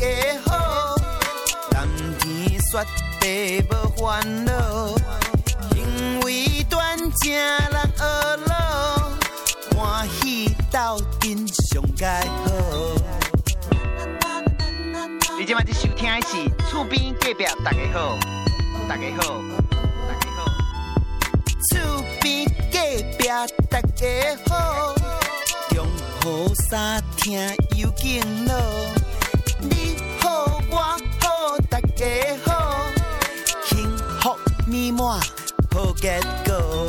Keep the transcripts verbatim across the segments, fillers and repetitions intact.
家好，蓝天雪地无烦恼，行为端正人学老，欢喜斗阵上佳好。你今晚在收听的是厝边隔壁大家好，大家好，大家好，厝边隔壁大家好，中好三听有敬老，你好我好大家好，幸福美满好结果。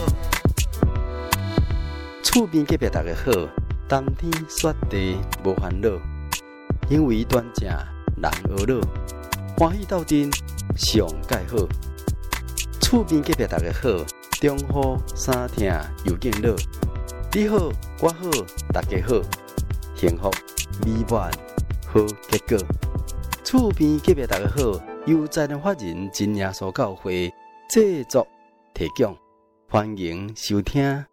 厝边隔壁大家好，冬天雪地无烦恼，因为端正人学老，欢喜斗阵上佳好。厝边隔壁大家好，中好三听又敬老，你好我好大家好，幸福美满好结果。厝边隔壁大家好，由在人法人真耶稣教会制作提供，欢迎收听。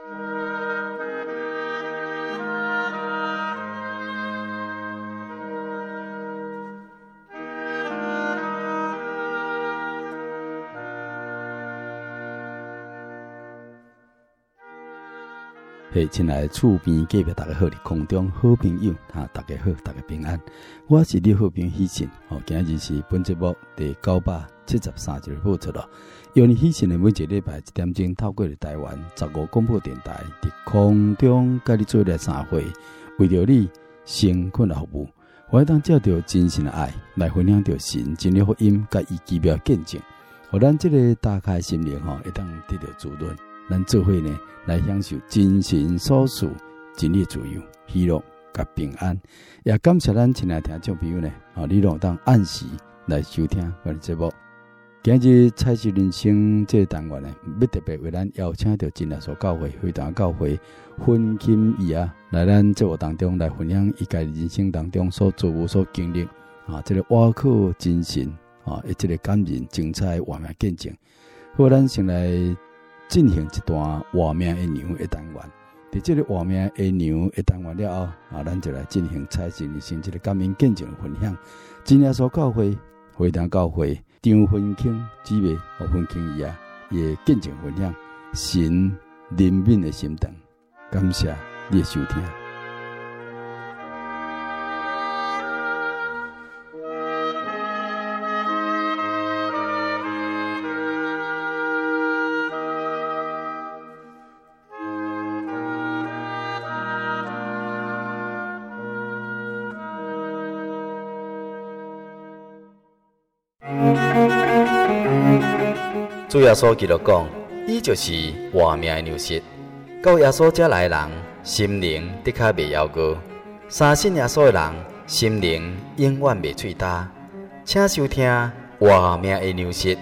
嘿，亲爱的厝边隔壁大家好，伫空中好朋友，哈，大家好，大家平安。我是你好朋友喜信，哦，今日是本节目第九百七十三集播出了。由你喜信的每一个礼拜一点钟，透过台湾十五广播电台，伫空中甲你做来三会，为着你辛苦的服务，我当借着真心的爱来分享着神真理福音，甲伊奇妙见证，互咱这个打开心灵吼，会当得到滋润。咱做伙呢，来享受真神所赐真理自由、喜乐甲平安。也感谢咱亲爱听众朋友呢，啊，你拢当按时来收听我的节目。今日彩色人生这个单元呢，要特别为咱邀请到真耶稣教会会堂教会分金义啊，来咱节目当中来分享伊家人生当中所做无所经历啊，这个挖靠真神啊，这个感人精彩画面见证。好，咱先来进行一段画面的牛的单元，在这个画面的牛的单元了后，啊，咱就来进行彩色人生这个感恩见证的分享。真耶稣教会会堂教会张芬卿姊妹和芬卿姨啊，也见证分享神怜悯的心肠。感谢你的收听。主耶稣基督讲，伊就是活命的牛舌。到耶稣这来的人，心灵的确袂夭糕；相信耶稣的人，心灵永远袂脆焦。请收听活命的牛舌。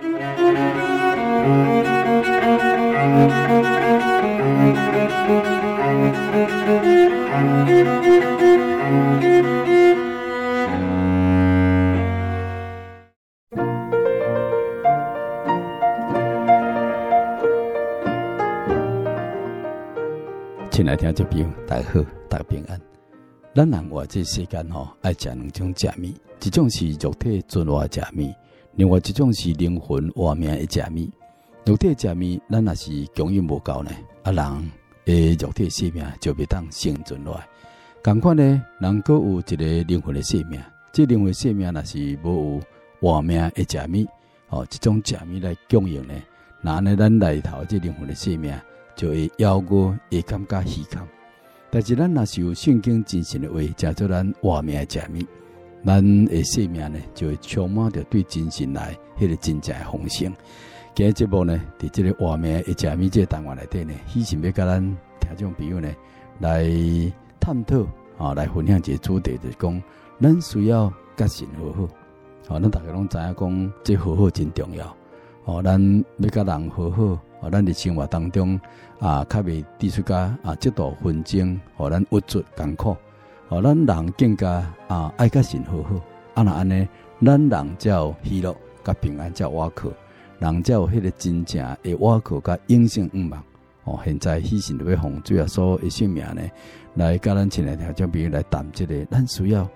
亲爱的听众朋友，大家好，大家平安。咱人活这世间吼，爱食两种食物，一种是肉体存活的食物，另外一种是灵魂活命的食物。肉体食物，咱若是供应无够呢，啊人的肉体生命就袂当生存落来。同款呢，人阁有一个灵魂的生命，这灵魂生命若是无有活命的食物，哦，这种食物来供应呢，那呢咱内头这灵魂的生命就会夭折，会感觉虚空。但是咱若是有圣经真神的话，食做咱活命的食物，咱的生命呢就会充满着对真神来迄个真正的丰盛。今日节目呢，伫这个活命的食物这个单元内底呢，希望要甲咱听众朋友呢来探讨啊，来分享一个主题，就是讲咱需要甲神和好。哦，咱大家拢知影讲，这和好真重要。哦，咱要甲人和好，哦，咱伫生活当中啊，较袂滴出甲啊，极度纷争，哦，咱郁卒艰苦，哦，咱人更加啊爱甲神和好，啊那安尼，咱人才有喜乐甲平安，才有倚靠，人才有迄个真正的倚靠甲永生愿望。哦，现在喜神就要奉主耶稣的性命呢，来甲咱亲爱的听众朋友来谈这个，咱需要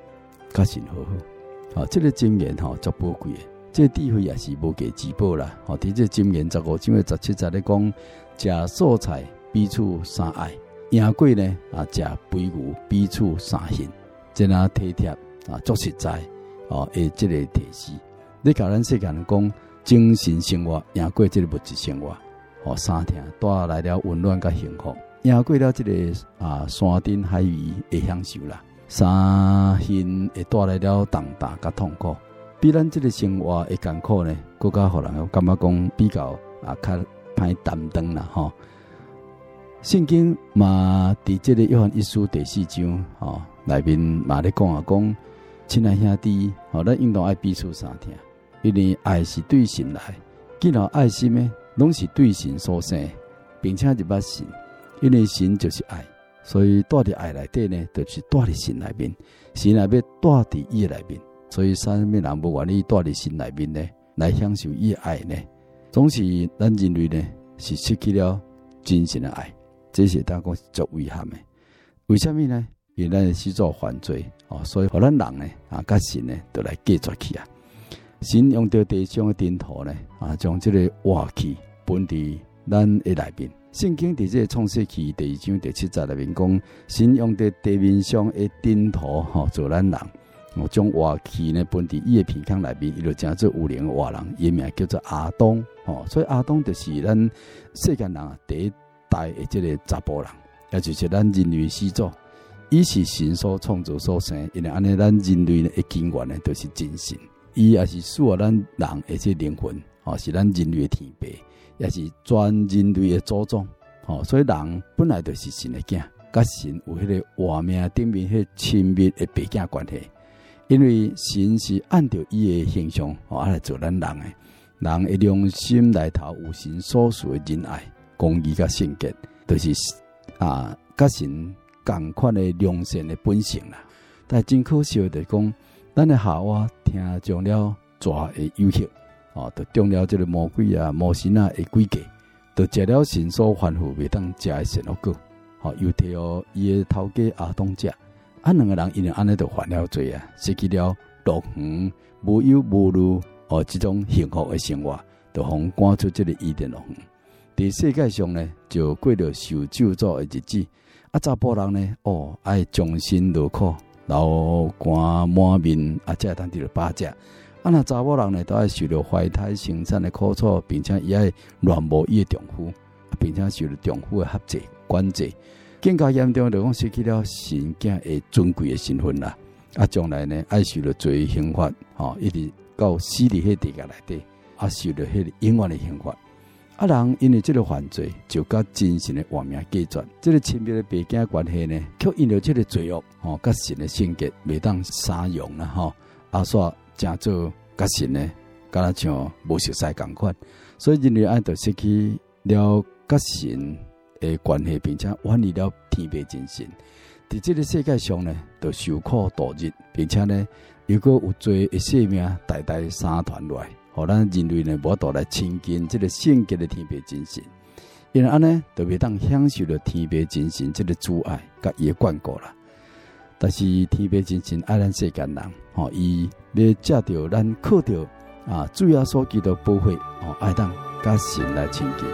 甲神好好。好，这个箴言吼足宝贵的，这个智慧也是无价之宝啦。吼，伫这箴言十五章的十七节咧讲，食素菜彼此相爱，赢过呢啊食肥牛彼此相恨，这哪体贴啊足实在哦诶，这个提示，你甲咱世间人讲精神生活赢过这个物质生活，哦三听带来了温暖甲幸福，赢过了这个啊山珍海味的享受啦。三恨会带来了重担甲痛苦，比咱这个生活的艰苦呢，更加互人感觉讲比较啊较歹担当啦吼。圣经嘛伫这个约翰一书第四章吼内面嘛咧讲啊讲，亲爱兄弟，吼咱应当爱彼此相听，因为爱是对神来，既然爱心呢，拢是对神所生，并且入捌神，因为神就是爱。所以住伫爱内底呢，就是住伫神内面，神也要住伫伊内面。所以啥物人无愿意住伫神内面呢，来享受伊的爱呢？总是咱人类呢是失去了真神的爱，这是当讲是足遗憾的。为什么呢？因为咱的始祖犯罪哦，所以互咱人呢啊，甲神呢都来隔绝去啊。神用到地上的尘土呢啊，将这个瓦器分伫咱的内面。圣经伫这创世纪第二章第七节内面讲，神用在地面上的尘土吼做咱人，哦将瓦器呢分伫伊的鼻孔内面，伊就成做有灵的活人，伊名叫做亚当，吼，所以亚当就是咱世间人第一代的这个查甫人，也就是咱人类始祖，伊是神所创造所生，因为安尼咱人类的根源呢都是真神，伊也是属咱人的这灵魂，哦是咱人类的天父。也是全人类的祖宗，吼，所以人本来就是神的囝，甲神有迄个活命顶面迄亲密的爸囝关系。因为神是按照伊的形象，吼，来做咱人的，人的良心内头有神所属的仁爱、公义甲圣洁，就是啊，甲神同款的良善的本性啦。但真可惜的讲，咱的夏娃听从了蛇的诱惑。哦，就中了这个魔鬼啊、魔神啊的诡计，就食了神所吩咐袂当食的善恶果。好、哦，又摕哦伊的头家亚当食，啊，两个人因为安尼就犯了罪啊，失去了乐园无忧无虑哦，这种幸福的生活，就互赶出这个伊甸乐园。在世界上呢，就过着受咒诅的日子。啊，查甫人呢，哦，爱终身劳苦，流汗满面，啊，才会当得到饱食。啊，那查某人呢，都爱受到怀胎生产的苦楚，并且伊爱乱摸伊的丈夫，并且受到丈夫的辖制管制，更加严重就讲失去了神囝的尊贵的身份啦。啊，将来呢，爱受到罪刑罚，吼、哦，一直到死伫迄地界内底，啊，受到迄个永远的刑罚。啊，人因为这个犯罪，就甲真神的活命隔绝，这个亲密的爸囝关系呢，却因为这个罪恶，吼、哦，甲神的性格袂当相容啦，吼、哦，啊，所真做甲神呢，敢若像无熟悉共款，所以人类爱就失去了甲神的关系，并且远离了天父真神。在这个世界上呢，就受苦度日，并且呢，如果有罪的生命代代三传落来，互咱人类呢无法来亲近这个圣洁的天父真神，因为安尼就袂当享受到天父真神这个阻碍甲伊的眷顾啦。但是天父真神爱咱世间人，吼，伊要借着咱靠着啊主耶稣基督保护，吼，爱当甲神来亲近。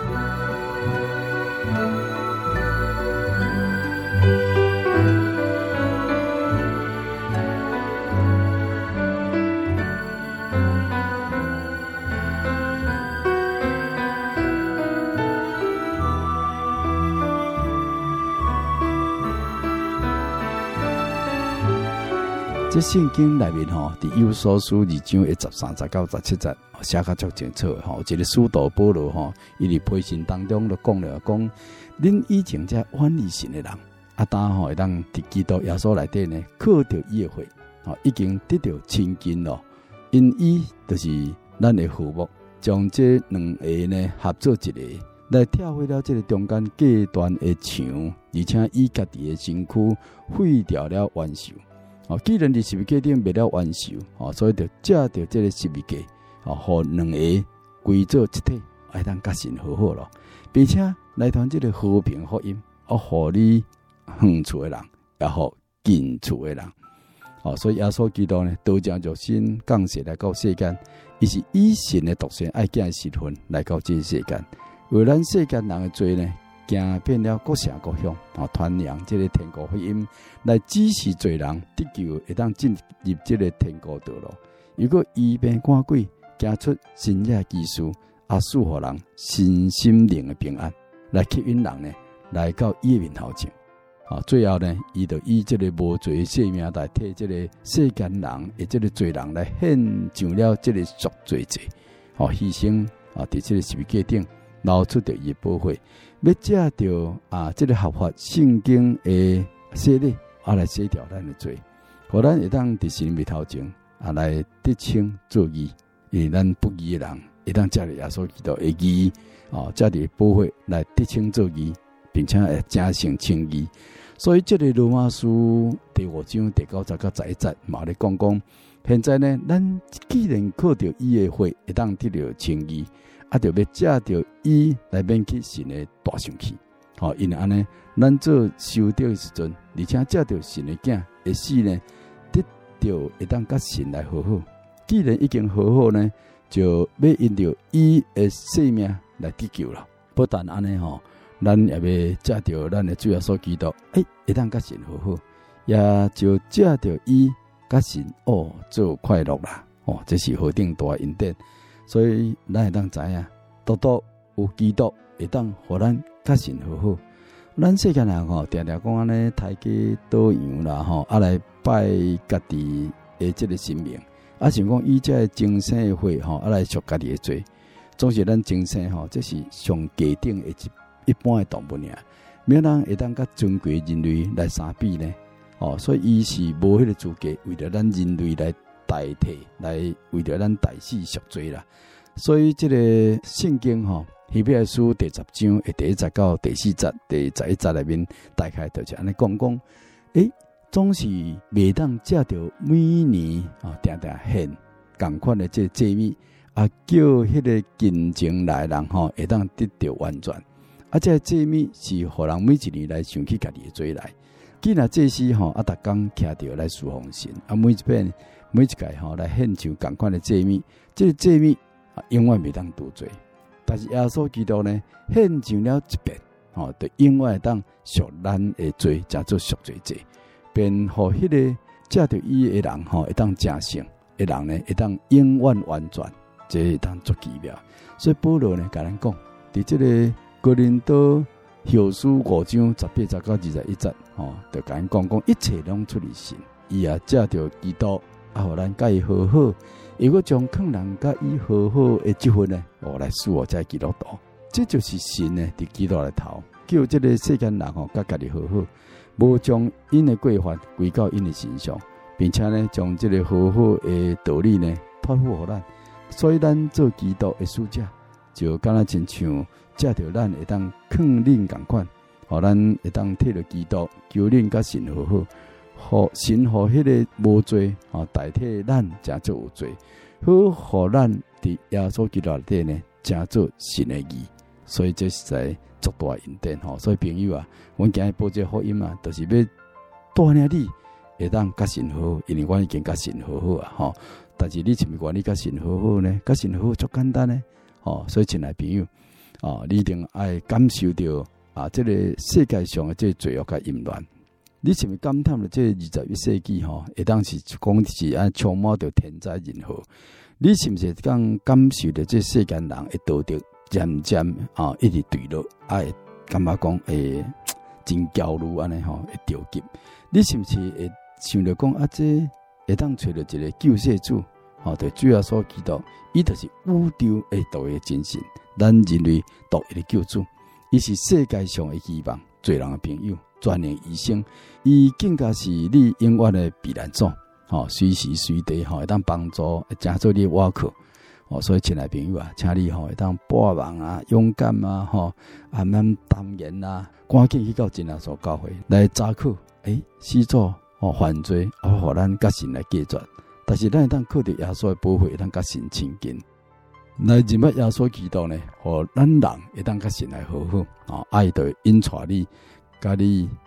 这圣经内面吼，伫以弗所书二章一十三、十九、十七节写甲足清楚吼。一个使徒保罗吼，伊伫批信当中就讲了，讲恁以前在远离神的人，啊，当吼会当伫基督耶稣内底呢，靠着伊的血，吼，已经得到亲近咯。因伊就是咱的父母，将这两个呢合作一个，来跳回了这个中间隔断的墙，而且以家己的身躯废掉了冤仇。哦，既然伫十字架顶灭了冤仇，哦，所以就借着这个十字架，哦，互两个归做一体，爱当甲神和好咯，并且来传这个和平福音，哦，互你远处的人，也互近处的人。 哦，所以耶稣基督呢，道成肉身降世来到世间，伊是以神的独生爱子的身份来到这个世间，为咱世间人的罪呢，行遍了各城各乡，哦，传扬这个天国福音，来指示罪人得救，会当进入这个天国道路。如果医病赶鬼，行出新野技术，也赐予人身心灵的平安，来吸引人呢，来到伊面头前。啊，最后呢，伊就以这个无罪的性命来替这个世间人，以这个罪人来献上了这个赎罪祭，哦，牺牲啊，伫这个十字架顶流出着伊的宝血，要借着啊这个合法圣经的洗礼，啊来洗掉咱的罪，互咱会当伫神面头前啊来得称做义，因为咱不义的人会当借着耶稣基督的义，哦，借着宝血来得称做义。并且会真成称义，所以这个罗马书第五章第九节到十一节嘛咧讲讲，现在呢，咱既然靠着伊的血会当得到称义，啊，就要借着伊来免去神的大生气。好、哦，因为安尼，咱做修道的时阵，而且借着神的囝会使呢，得到会当甲神来和好。既然已经和好呢，就要因着伊的性命来得救了。不但安尼吼。咱也要借着咱的主耶稣基督，哎，会当甲神和好，也就借着伊甲神哦做快乐啦，哦，这是何等大恩典！所以咱会当知影，独独有基督会当互咱甲神和好。咱世间人吼，常常讲安尼，抬价倒洋啦，吼，啊来拜家己的这个神明，啊想讲以这精神的血吼，啊来赎家己的罪，总是咱精神吼，这是上低等的一。一般的动物尔，没有人会当甲尊贵人类来相比呢。哦，所以伊是无迄个资格为了咱人类来代替，来为了咱代死赎罪啦。所以这个圣经吼，希伯来书第十章的第一节到第四节、第十一节里面，大概就是安尼讲讲。诶，总是袂当借着每年啊，定定献共款的这祭物啊，叫迄个虔诚来人吼，会当得到完全。啊，这祭物是互人每一年来想起家己的罪来。既然祭司吼啊，逐工徛着来侍奉神，啊，每一遍每一届吼来献上共款的祭物，这个祭物啊，永远袂当拄罪。但是耶稣基督呢，献上了一遍，吼，就永远当赎咱的罪，叫做赎罪祭，便互迄个借着伊的人吼，会当成圣的人呢，会当永远完全，这会当足奇妙。所以保罗呢，甲咱讲，伫这个哥林多后书五章十八节到二十一节，吼，就甲咱讲讲，一切拢出于神，伊也借着基督，啊，互咱甲伊和好。如果将劝人甲伊和好的这份呢，我来使我在基督徒，这就是神呢伫基督的头，叫这个世间人吼甲家己和好，无将因的过犯归到因的身上，并且呢，将这个和好的道理呢托付予咱。所以咱做基督的使者，就敢若亲像借着咱会当劝恁共款，互咱会当替着基督求恁甲神和好，互神互迄个无罪吼代替咱，真做有罪，好互咱伫耶稣基督内底呢，真做神的义。所以这实在足大恩典吼。所以朋友啊，阮今日报这福音啊，就是要带领你会当甲神和好，因为我已经甲神和好啊吼。但是你是毋是愿意甲神和好呢？甲神和好足简单呢，吼。所以亲爱朋友啊，你一定爱感受到啊，这个世界上的这个罪恶甲淫乱。你是毋是感叹了这二十一世纪吼，会当是讲是安充满着天灾人祸？你是毋是讲感受到这世间人会道德渐渐啊一直坠落，啊会感觉讲会真焦虑安尼吼，会着急？你是毋是会想着讲啊，这会当找到一个救世主？吼，就主要所基督，伊就是宇宙的独一真神，咱人类独一的救主，伊是世界上的希望，做人的朋友，全能医生，伊更加是你永远的避难所，吼，随时随地吼会当帮助，真做你倚靠，哦，所以亲爱朋友啊，请你吼会当播网啊，勇敢啊，吼，啊免淡言啊，赶紧去到真耶稣教会来查考，诶，始祖哦犯罪，啊，互咱甲神来解决。但是咱会当靠着耶稣的保护，会当甲神亲近，来认识耶稣基督呢，互咱人会当甲神来和好，啊，爱就引带你，甲你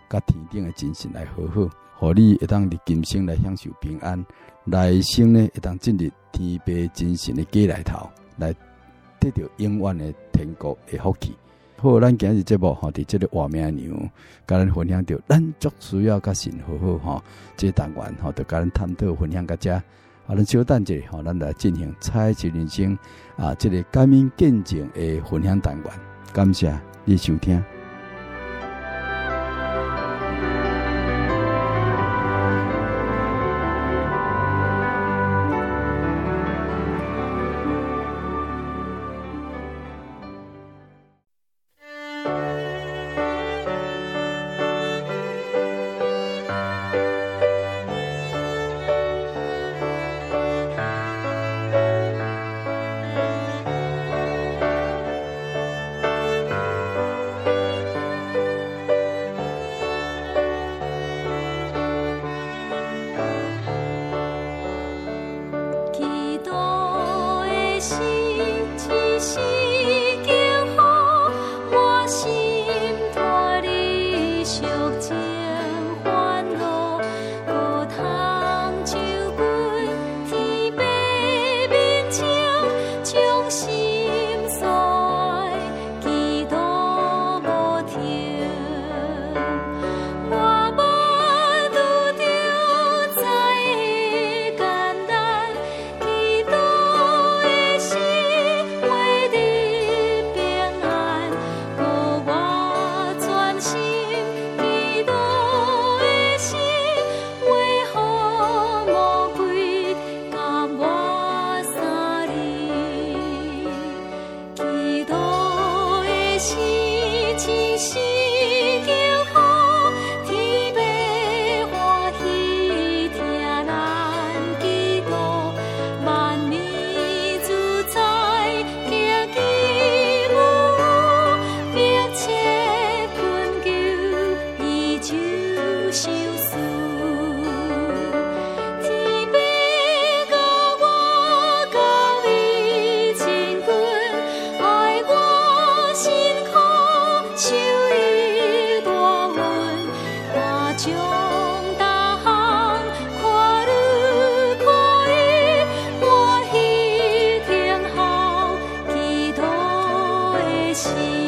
甲天顶的真神来和好，互你会当伫今生来享受平安，来生呢会当进入天父真神的家里头，来得到永远的天国的福气。好，咱今日节目吼，伫这个画面娘，甲咱分享到，咱足需要甲神好好吼，这单元吼，就甲咱探讨分享到这。啊，咱稍等一下吼，咱来进行彩旗人生啊，这个感恩见证的分享单元。感谢你收听。 心。